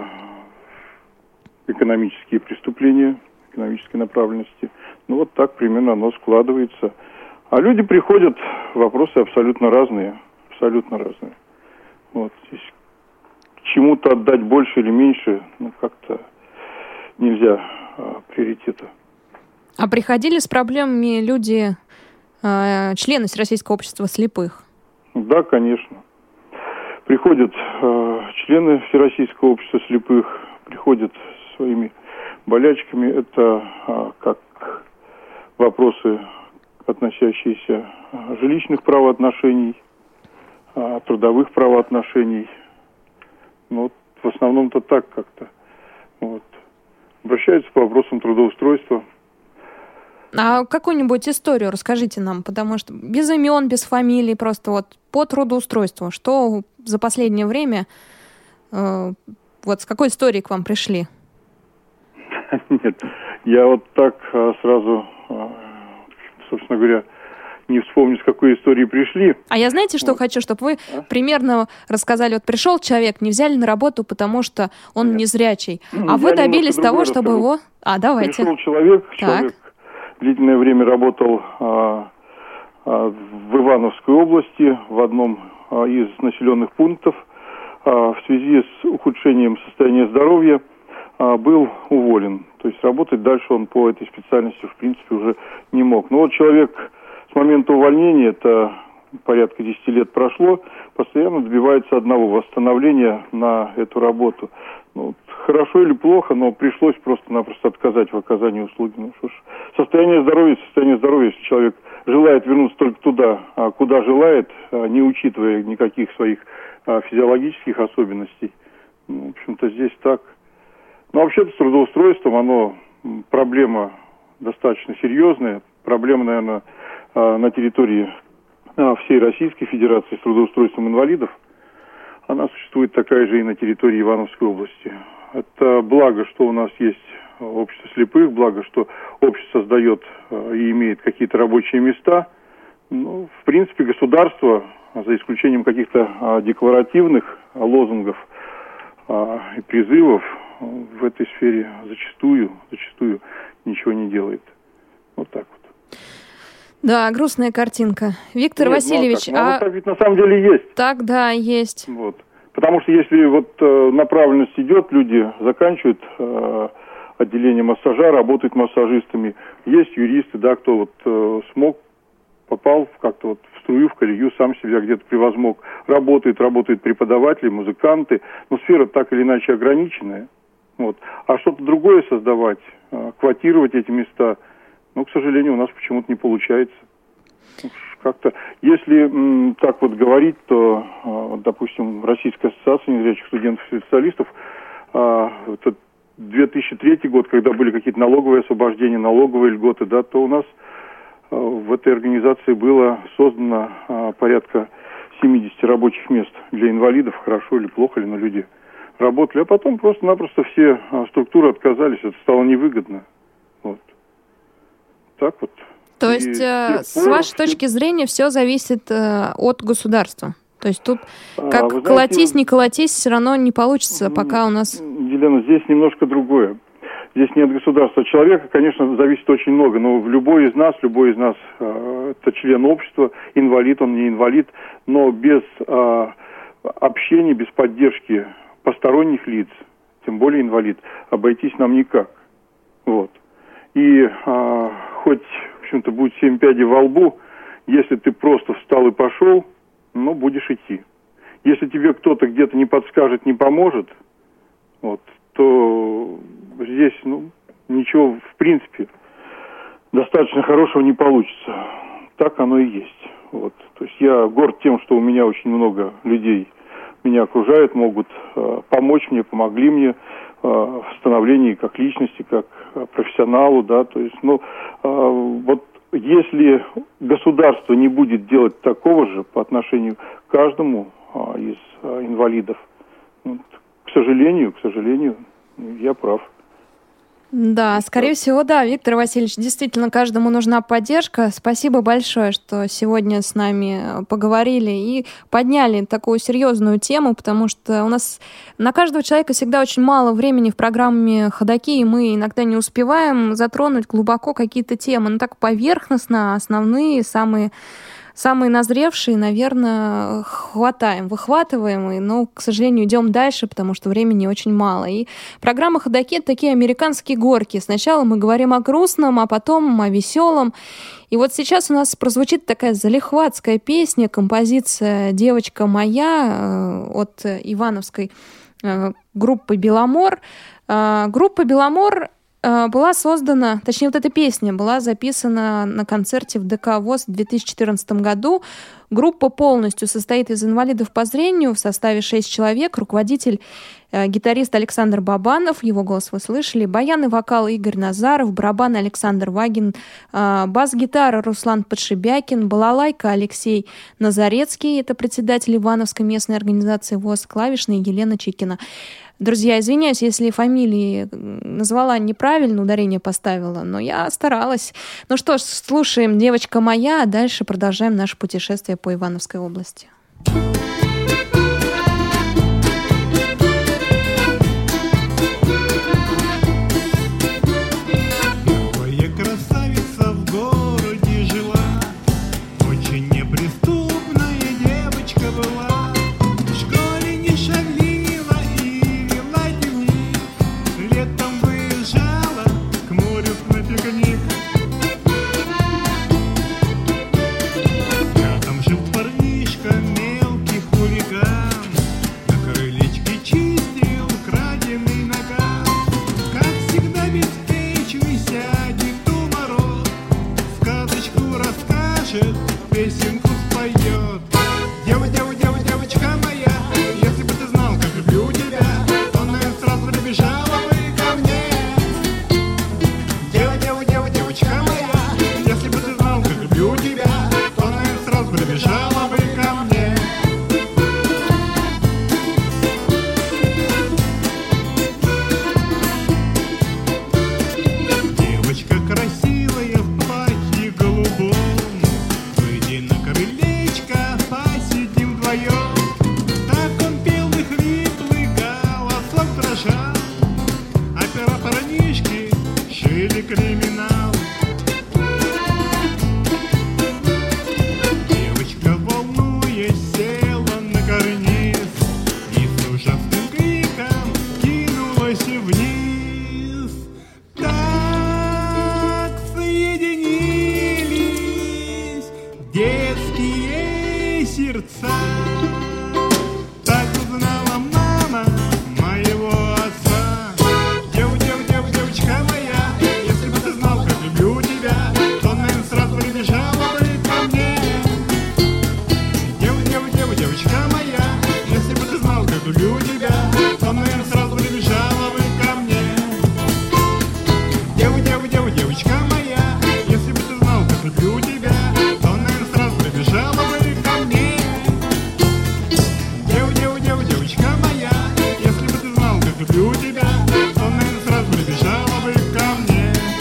Speaker 11: экономические преступления, экономической направленности. Ну вот так примерно оно складывается. А люди приходят, вопросы абсолютно разные, абсолютно разные. Вот здесь чему-то отдать больше или меньше, ну как-то нельзя а, приоритета.
Speaker 3: А приходили с проблемами люди, э, члены Всероссийского общества слепых?
Speaker 11: Да, конечно. Приходят э, члены Всероссийского общества слепых, приходят со своими болячками. Это э, как вопросы, относящиеся э, жилищных правоотношений, э, трудовых правоотношений. Ну, вот в основном-то так как-то. Вот. Обращаются по вопросам трудоустройства.
Speaker 3: А какую-нибудь историю расскажите нам, потому что без имен, без фамилий, просто вот по трудоустройству. Что за последнее время, э, вот с какой историей к вам пришли?
Speaker 11: Нет, я вот так а, сразу, а, собственно говоря, не вспомню, с какой истории пришли.
Speaker 3: А я знаете, что
Speaker 11: вот.
Speaker 3: хочу, чтобы вы
Speaker 11: а?
Speaker 3: примерно рассказали. Вот пришел человек, не взяли на работу, потому что он
Speaker 11: Нет.
Speaker 3: незрячий.
Speaker 11: Ну,
Speaker 3: а вы добились того, чтобы
Speaker 11: расскажу.
Speaker 3: его... А, давайте.
Speaker 11: Пришел человек,
Speaker 3: так.
Speaker 11: человек длительное время работал а, а, в Ивановской области, в одном а, из населенных пунктов. А, в связи с ухудшением состояния здоровья а, был уволен. То есть работать дальше он по этой специальности в принципе уже не мог. Но вот человек с момента увольнения, это порядка десяти лет прошло, постоянно добивается одного восстановления на эту работу. Ну, хорошо или плохо, но пришлось просто-напросто отказать в оказании услуги. Ну что ж, состояние здоровья, состояние здоровья, если человек желает вернуться только туда, куда желает, не учитывая никаких своих физиологических особенностей. Ну, в общем-то, здесь так. Но вообще-то с трудоустройством оно проблема достаточно серьезная. Проблема, наверное, на территории всей Российской Федерации с трудоустройством инвалидов. Она существует такая же и на территории Ивановской области. Это благо, что у нас есть общество слепых, благо, что общество создает и имеет какие-то рабочие места. Ну, в принципе, государство, за исключением каких-то декларативных лозунгов и призывов, в этой сфере зачастую, зачастую ничего не делает. Вот так вот.
Speaker 3: Да, грустная картинка. Виктор Нет, Васильевич,
Speaker 11: ну, а...
Speaker 3: а...
Speaker 11: Вот так ведь на самом деле есть.
Speaker 3: Так, да, есть.
Speaker 11: Вот. Потому что если вот э, направленность идет, люди заканчивают э, отделение массажа, работают массажистами. Есть юристы, да, кто вот э, смог, попал как-то вот в струю, в колею, сам себя где-то превозмог. Работают, работают преподаватели, музыканты. Но сфера так или иначе ограниченная. Вот. А что-то другое создавать, э, квотировать эти места, ну, к сожалению, у нас почему-то не получается. Как-то, если м, так вот говорить, то, э, допустим, Российская ассоциация незрячих студентов и специалистов, э, это две тысячи третий год, когда были какие-то налоговые освобождения, налоговые льготы, да, то у нас э, в этой организации было создано э, порядка семьдесят рабочих мест для инвалидов, хорошо или плохо, или на люди работали, а потом просто-напросто все э, структуры отказались, это стало невыгодно. Вот. Так вот.
Speaker 3: То есть, э, с пор... вашей точки зрения, все зависит э, от государства? То есть тут как а, знаете, колотись, не колотись, все равно не получится, пока у нас...
Speaker 11: Елена, здесь немножко другое. Здесь нет государства. От человека, конечно, зависит очень много, но любой из нас, любой из нас э, это член общества, инвалид, он не инвалид, но без э, общения, без поддержки посторонних лиц, тем более инвалид, обойтись нам никак. Вот. И э, хоть... В общем-то, будет семь пядей во лбу, если ты просто встал и пошел, ну, будешь идти. Если тебе кто-то где-то не подскажет, не поможет, вот, то здесь, ну, ничего, в принципе, достаточно хорошего не получится. Так оно и есть. Вот. То есть я горд тем, что у меня очень много людей меня окружают, могут э, помочь мне, помогли мне э, в становлении как личности, как э, профессионалу, да, то есть, ну, э, вот если государство не будет делать такого же по отношению к каждому э, из э, инвалидов, вот, к сожалению, к сожалению, я прав.
Speaker 3: Да, скорее всего, да, Виктор Васильевич, действительно, каждому нужна поддержка. Спасибо большое, что сегодня с нами поговорили и подняли такую серьезную тему, потому что у нас на каждого человека всегда очень мало времени в программе «Ходоки», и мы иногда не успеваем затронуть глубоко какие-то темы, но так поверхностно, основные, самые... Самые назревшие, наверное, хватаем, выхватываем, но, к сожалению, идем дальше, потому что времени очень мало. И программа «Ходоки» — это такие американские горки. Сначала мы говорим о грустном, а потом о веселом. И вот сейчас у нас прозвучит такая залихватская песня, композиция «Девочка моя» от ивановской группы «Беломор». Группа «Беломор» была создана, точнее, вот эта песня была записана на концерте в ДК ВОС в две тысячи четырнадцатом году. Группа полностью состоит из инвалидов по зрению в составе шесть человек. Руководитель, э, гитарист Александр Бабанов, его голос вы слышали, баян и вокал Игорь Назаров, барабан Александр Вагин, э, бас-гитара Руслан Подшибякин, балалайка Алексей Назарецкий, это председатель Ивановской местной организации ВОС, клавишная Елена Чикина. Друзья, извиняюсь, если фамилии назвала неправильно, ударение поставила, но я старалась. Ну что ж, слушаем «Девочка моя», а дальше продолжаем наше путешествие по Ивановской области.
Speaker 12: Рядом жил парнишка мелкий, если криминал. Девочка, волнуясь, села на карниз и с ужасным криком кинулась вниз. Так соединились детские сердца. Так узнала мама моего отца. Дев, дев, дев, девочка моя, если бы ты знал, как люблю тебя, то, наверное, сразу прибежала бы ко мне. Дев, дев, дев, девочка моя, если бы ты знал, как люблю тебя, то, наверное, сразу прибежала бы ко мне. Дев, дев, дев, девочка моя, если бы ты знал, как люблю тебя, то, наверное, сразу прибежала бы ко мне. Дев, дев, дев, девочка моя, если бы ты знал, как люблю тебя, то, наверное, сразу прибежала бы ко мне.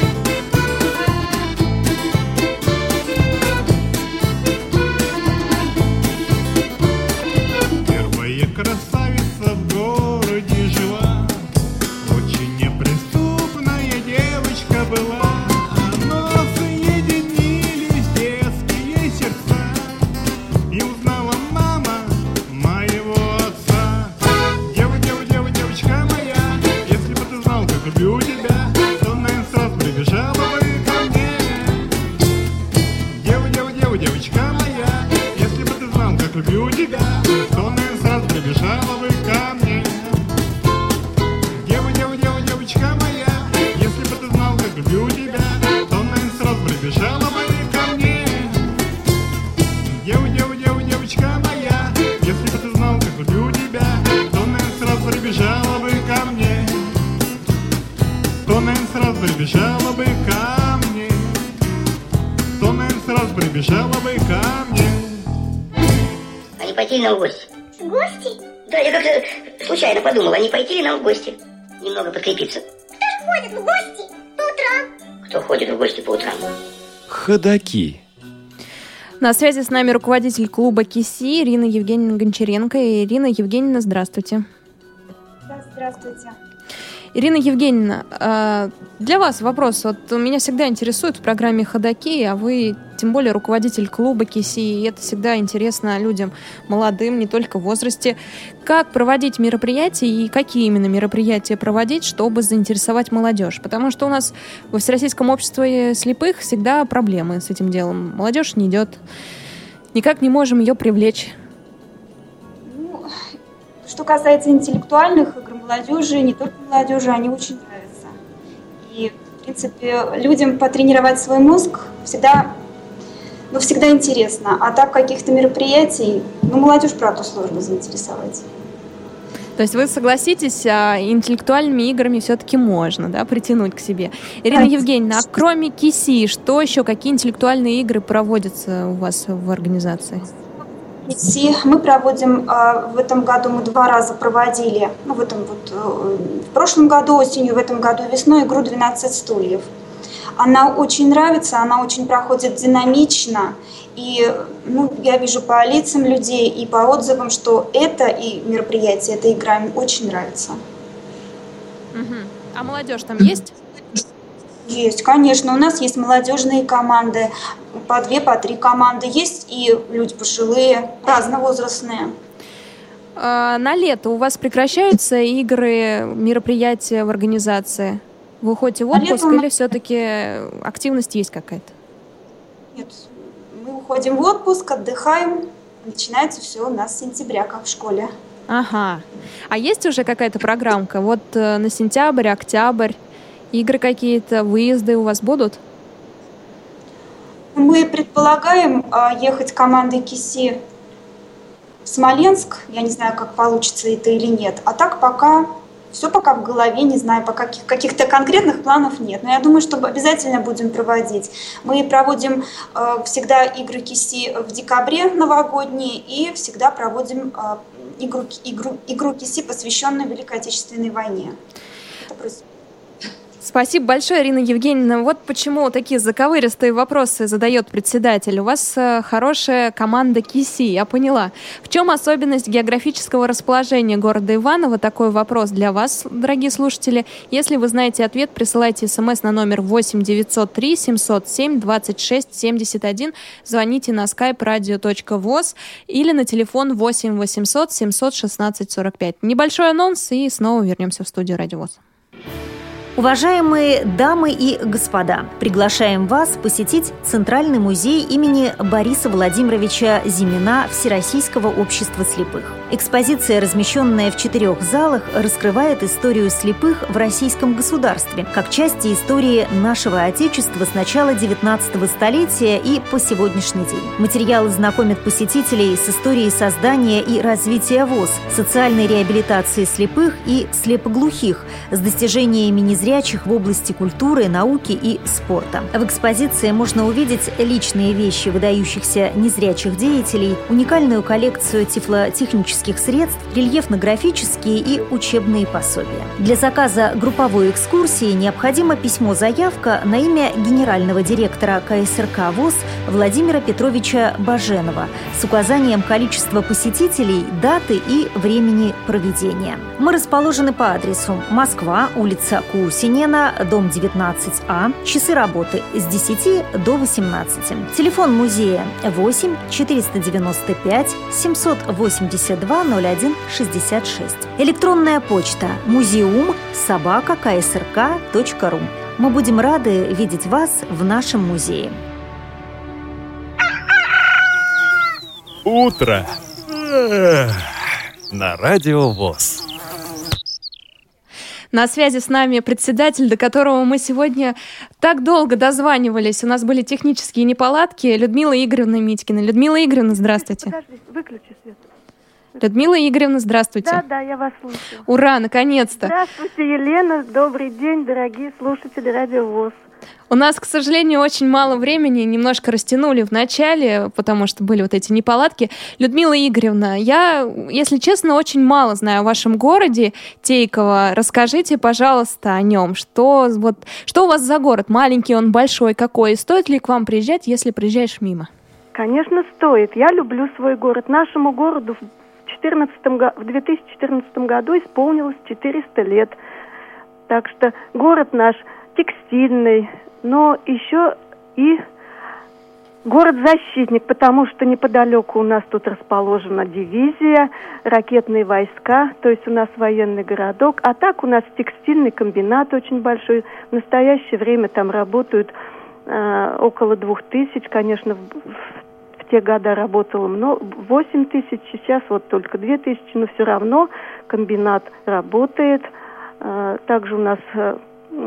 Speaker 12: Первая красавица в городе жила, очень неприступная девочка была. Но соединились детские сердца, и узнала мама моего отца. Дев, дев, дев, девочка моя, если бы ты знал, как люблю тебя, то, наверное, сразу прибежала бы ко мне. Дев, дев, дев, девочка моя, если бы ты знал, как люблю тебя, то, наверное, сразу прибежала бы ко мне. Дев, дев, дев, девочка моя, если бы ты знал, как люблю тебя, то, наверное, сразу прибежала бы ко мне. Дев, дев, дев, девочка моя, если бы ты знал, как люблю тебя, то, наверное, сразу прибежала бы ко мне. То, наверное, сразу прибежала бы ко мне. То, наверное, сразу прибежала бы ко мне.
Speaker 9: А не пойти ли нам в гости? В гости? Да, я как-то случайно подумал, а не пойти ли нам в гости? Немного подкрепиться.
Speaker 13: Кто ж ходит в гости по утрам?
Speaker 9: Кто ходит в гости по утрам?
Speaker 1: Ходаки.
Speaker 3: На связи с нами руководитель клуба КИСИ Ирина Евгеньевна Гончаренко. Ирина Евгеньевна, здравствуйте.
Speaker 14: Да, здравствуйте.
Speaker 3: Ирина Евгеньевна, э, для вас вопрос. Вот меня всегда интересует в программе «Ходаки», а вы, тем более, руководитель клуба КИСИ, и это всегда интересно людям молодым, не только в возрасте. Как проводить мероприятия и какие именно мероприятия проводить, чтобы заинтересовать молодежь? Потому что у нас во Всероссийском обществе слепых всегда проблемы с этим делом. Молодежь не идет, никак не можем ее привлечь.
Speaker 14: Что касается интеллектуальных игр молодежи, не только молодежи, они очень нравятся. И, в принципе, людям потренировать свой мозг всегда, ну, всегда интересно. А так каких-то мероприятий, ну, молодежь, правда, сложно заинтересовать.
Speaker 3: То есть вы согласитесь, а интеллектуальными играми все-таки можно, да, притянуть к себе. Ирина да. Евгеньевна, а кроме КИСИ, что еще, какие интеллектуальные игры проводятся у вас в организации?
Speaker 14: Мы проводим, в этом году мы два раза проводили, ну, в, этом вот, в прошлом году осенью, в этом году весной игру «двенадцать стульев». Она очень нравится, она очень проходит динамично, и ну, я вижу по лицам людей и по отзывам, что это и мероприятие, эта игра им очень нравится.
Speaker 3: Угу. А молодежь там есть?
Speaker 14: Есть, конечно. У нас есть молодежные команды, по две, по три команды. Есть и люди пожилые, разновозрастные.
Speaker 3: А на лето у вас прекращаются игры, мероприятия в организации? Вы уходите в отпуск или мы... все-таки активность есть какая-то?
Speaker 14: Нет, мы уходим в отпуск, отдыхаем. Начинается все у нас с сентября, как в школе.
Speaker 3: Ага. А есть уже какая-то программка? Вот на сентябрь, октябрь? Игры какие-то, выезды у вас будут?
Speaker 14: Мы предполагаем ехать командой КИСИ в Смоленск. Я не знаю, как получится это или нет. А так пока все пока в голове, не знаю, пока каких- каких-то конкретных планов нет. Но я думаю, что обязательно будем проводить. Мы проводим э, всегда игры КИСИ в декабре новогодние и всегда проводим э, игру, игру, игру КИСИ, посвященную Великой Отечественной войне. Это происходит.
Speaker 3: Спасибо большое, Ирина Евгеньевна. Вот почему такие заковыристые вопросы задает председатель. У вас э, хорошая команда КИСИ, я поняла. В чем особенность географического расположения города Иваново? Такой вопрос для вас, дорогие слушатели. Если вы знаете ответ, присылайте смс на номер восемь девятьсот три семьсот семь двадцать шесть семьдесят один. Звоните на skype radio точка voz или на телефон восемь восемьсот семьсот шестнадцать сорок пять. Небольшой анонс, и снова вернемся в студию Радио ВОС.
Speaker 15: Уважаемые дамы и господа, приглашаем вас посетить Центральный музей имени Бориса Владимировича Зимина Всероссийского общества слепых. Экспозиция, размещенная в четырех залах, раскрывает историю слепых в российском государстве, как части истории нашего Отечества с начала девятнадцатого столетия и по сегодняшний день. Материалы знакомят посетителей с историей создания и развития ВОС, социальной реабилитации слепых и слепоглухих, с достижениями незрячих в области культуры, науки и спорта. В экспозиции можно увидеть личные вещи выдающихся незрячих деятелей, уникальную коллекцию тифлотехнических средств, рельефно-графические и учебные пособия. Для заказа групповой экскурсии необходимо письмо-заявка на имя генерального директора ка эс эр ка ВОС Владимира Петровича Баженова с указанием количества посетителей, даты и времени проведения. Мы расположены по адресу: Москва, улица Кусинена, дом девятнадцать А, часы работы с десяти до восемнадцати. Телефон музея восемь четыреста девяносто пять семьсот восемьдесят два ноль один шестьдесят шесть. Электронная почта музеум собака ка эс эр ка точка ру. Мы будем рады видеть вас в нашем музее.
Speaker 16: Утро на Радио ВОС.
Speaker 3: На связи с нами председатель, до которого мы сегодня так долго дозванивались. У нас были технические неполадки. Людмила Игоревна Митькина. Людмила Игоревна, здравствуйте.
Speaker 7: Подожди, выключи свет.
Speaker 3: Людмила Игоревна, здравствуйте.
Speaker 7: Да, да, я вас слушаю.
Speaker 3: Ура, наконец-то.
Speaker 7: Здравствуйте, Елена. Добрый день, дорогие слушатели Радио ВОС.
Speaker 3: У нас, к сожалению, очень мало времени, немножко растянули в начале, потому что были вот эти неполадки. Людмила Игоревна, я, если честно, очень мало знаю о вашем городе Тейково. Расскажите, пожалуйста, о нем. Что, вот, что у вас за город? Маленький он, большой какой? И стоит ли к вам приезжать, если приезжаешь мимо?
Speaker 7: Конечно, стоит. Я люблю свой город. Нашему городу в две тысячи четырнадцатом году исполнилось четыреста лет. Так что город наш текстильный, но еще и город-защитник, потому что неподалеку у нас тут расположена дивизия, ракетные войска, то есть у нас военный городок, а так у нас текстильный комбинат очень большой. В настоящее время там работают э, около двух тысяч, конечно, в, в те годы работало много, восемь тысяч, сейчас вот только две тысячи, но все равно комбинат работает. Э, также у нас э,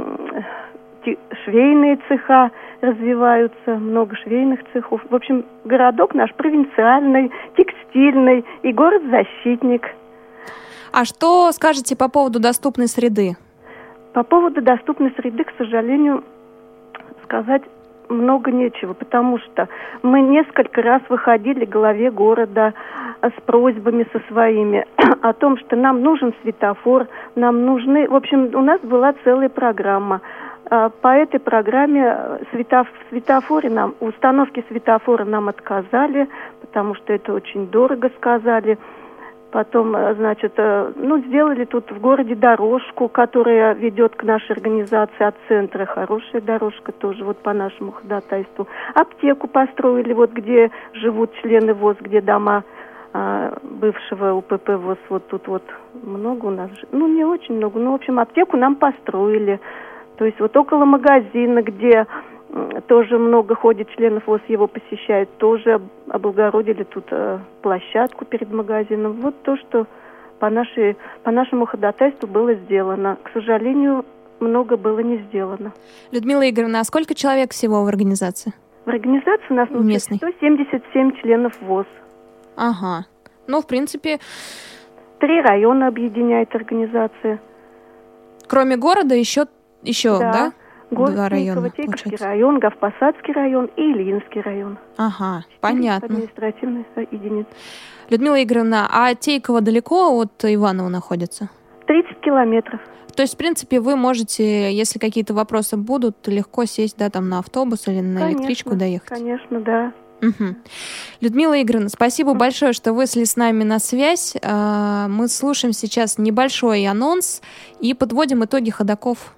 Speaker 7: швейные цеха развиваются, много швейных цехов. В общем, городок наш провинциальный, текстильный и город-защитник.
Speaker 3: А что скажете по поводу доступной среды?
Speaker 7: По поводу доступной среды, к сожалению, сказать много нечего, потому что мы несколько раз выходили к главе города с просьбами со своими о том, что нам нужен светофор, нам нужны... В общем, у нас была целая программа. По этой программе светоф... светофоре нам, установки светофора нам отказали, потому что это очень дорого, сказали. Потом, значит, ну, сделали тут в городе дорожку, которая ведет к нашей организации от центра. Хорошая дорожка тоже, вот по нашему ходатайству. Аптеку построили, вот где живут члены ВОС, где дома а, бывшего у пэ пэ ВОС. Вот тут вот много у нас, ну, не очень много, но, в общем, аптеку нам построили. То есть вот около магазина, где тоже много ходит членов ВОС, его посещают, тоже облагородили тут э, площадку перед магазином. Вот то, что по, нашей, по нашему ходатайству было сделано. К сожалению, много было не сделано.
Speaker 3: Людмила Игоревна, а сколько человек всего в организации?
Speaker 7: В организации у нас сто семьдесят семь членов ВОС.
Speaker 3: Ага. Ну, в принципе...
Speaker 7: Три района объединяет организация.
Speaker 3: Кроме города еще, еще да? да?
Speaker 7: Город Тейково, Тейковский район, Гавпосадский район и Ильинский район.
Speaker 3: Ага, понятно.
Speaker 7: Административные единицы.
Speaker 3: Людмила Игоревна, а Тейково далеко от Иваново находится?
Speaker 7: тридцать километров.
Speaker 3: то есть, в принципе, вы можете, если какие-то вопросы будут, легко сесть, да, там на автобус или на
Speaker 7: Конечно,
Speaker 3: электричку доехать.
Speaker 7: Конечно, да.
Speaker 3: Угу. Людмила Игоревна, спасибо большое, что вышли с нами на связь. Мы слушаем сейчас небольшой анонс и подводим итоги ходоков.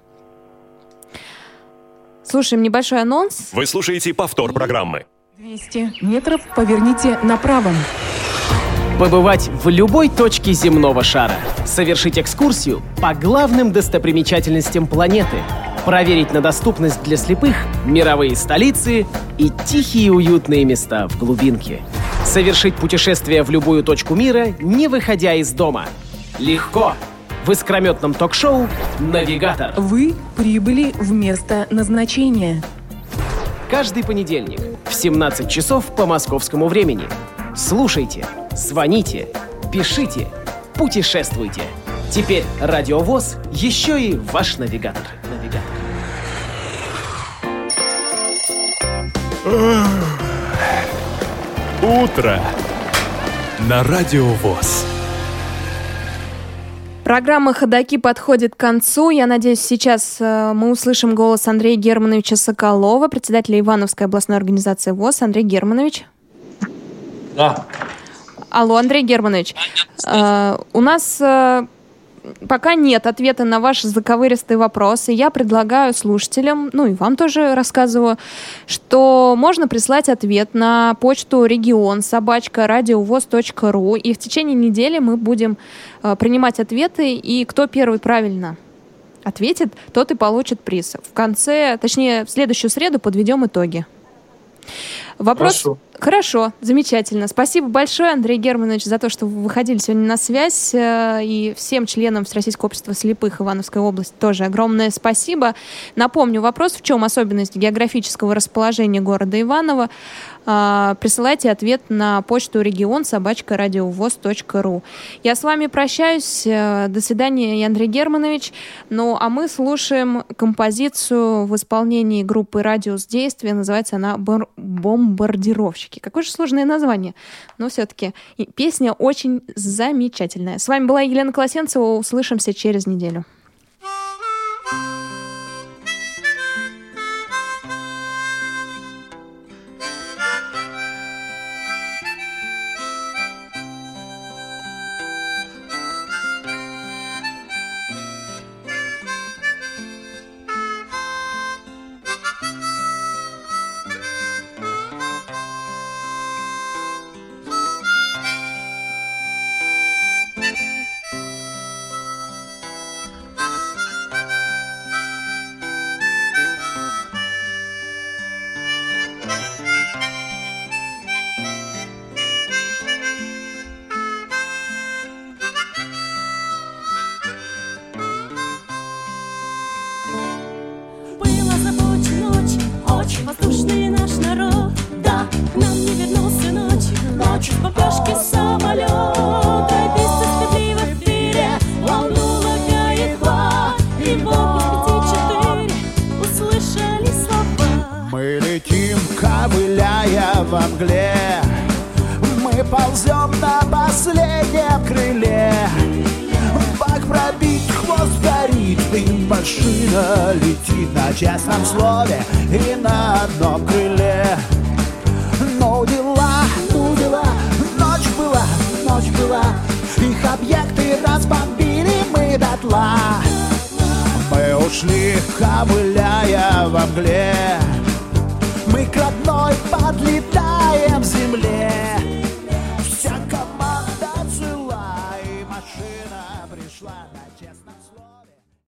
Speaker 3: Слушаем небольшой анонс.
Speaker 2: Вы слушаете повтор программы.
Speaker 16: двести метров поверните направо.
Speaker 17: Побывать в любой точке земного шара. Совершить экскурсию по главным достопримечательностям планеты. Проверить на доступность для слепых мировые столицы и тихие уютные места в глубинке. Совершить путешествие в любую точку мира, не выходя из дома. Легко! В искрометном ток-шоу «Навигатор».
Speaker 16: Вы прибыли в место назначения.
Speaker 17: Каждый понедельник в семнадцать часов по московскому времени. Слушайте, звоните, пишите, путешествуйте. Теперь Радио ВОС еще и ваш навигатор. Навигатор.
Speaker 2: Утро на Радио ВОС.
Speaker 3: Программа «Ходоки» подходит к концу. Я надеюсь, сейчас э, мы услышим голос Андрея Германовича Соколова, председателя Ивановской областной организации ВОС. Андрей Германович.
Speaker 4: Да.
Speaker 3: Алло, Андрей Германович. Э, у нас э, пока нет ответа на ваш заковыристый вопрос, и я предлагаю слушателям, ну и вам тоже рассказываю, что можно прислать ответ на почту регион собачка радиовоз точка ру, и в течение недели мы будем э, принимать ответы, и кто первый правильно ответит, тот и получит приз. В конце, точнее, в следующую среду подведем итоги. Вопрос... Хорошо. Хорошо, замечательно. Спасибо большое, Андрей Германович, за то, что вы выходили сегодня на связь. И всем членам Всероссийского общества слепых Ивановской области тоже огромное спасибо. Напомню, вопрос: в чем особенность географического расположения города Иваново? Присылайте ответ на почту регион собачка радиовоз точка ру. Я с вами прощаюсь. До свидания, Андрей Германович. Ну, а мы слушаем композицию в исполнении группы «Радиус действия». Называется она «Бомбардировщики». Какое же сложное название. Но все-таки песня очень замечательная. С вами была Елена Колосенцева. Услышимся через неделю.
Speaker 5: Воздушный наш народ, да, к нам не вернулся ночью, ночью в бомбежке самолета. И песня светлива в эфире, волну лагает два, и бомбы пяти-четыре услышали слова.
Speaker 18: Мы летим, ковыляя во мгле, мы ползем на последнем крыле. Бак пробит, хвост горит, и машина летит на честном слове и на одном крыле. Ну дела, ну дела, ночь была, ночь была, их объекты разбомбили мы дотла. Мы ушли, ковыляя во мгле, мы к родной подлетаем к земле.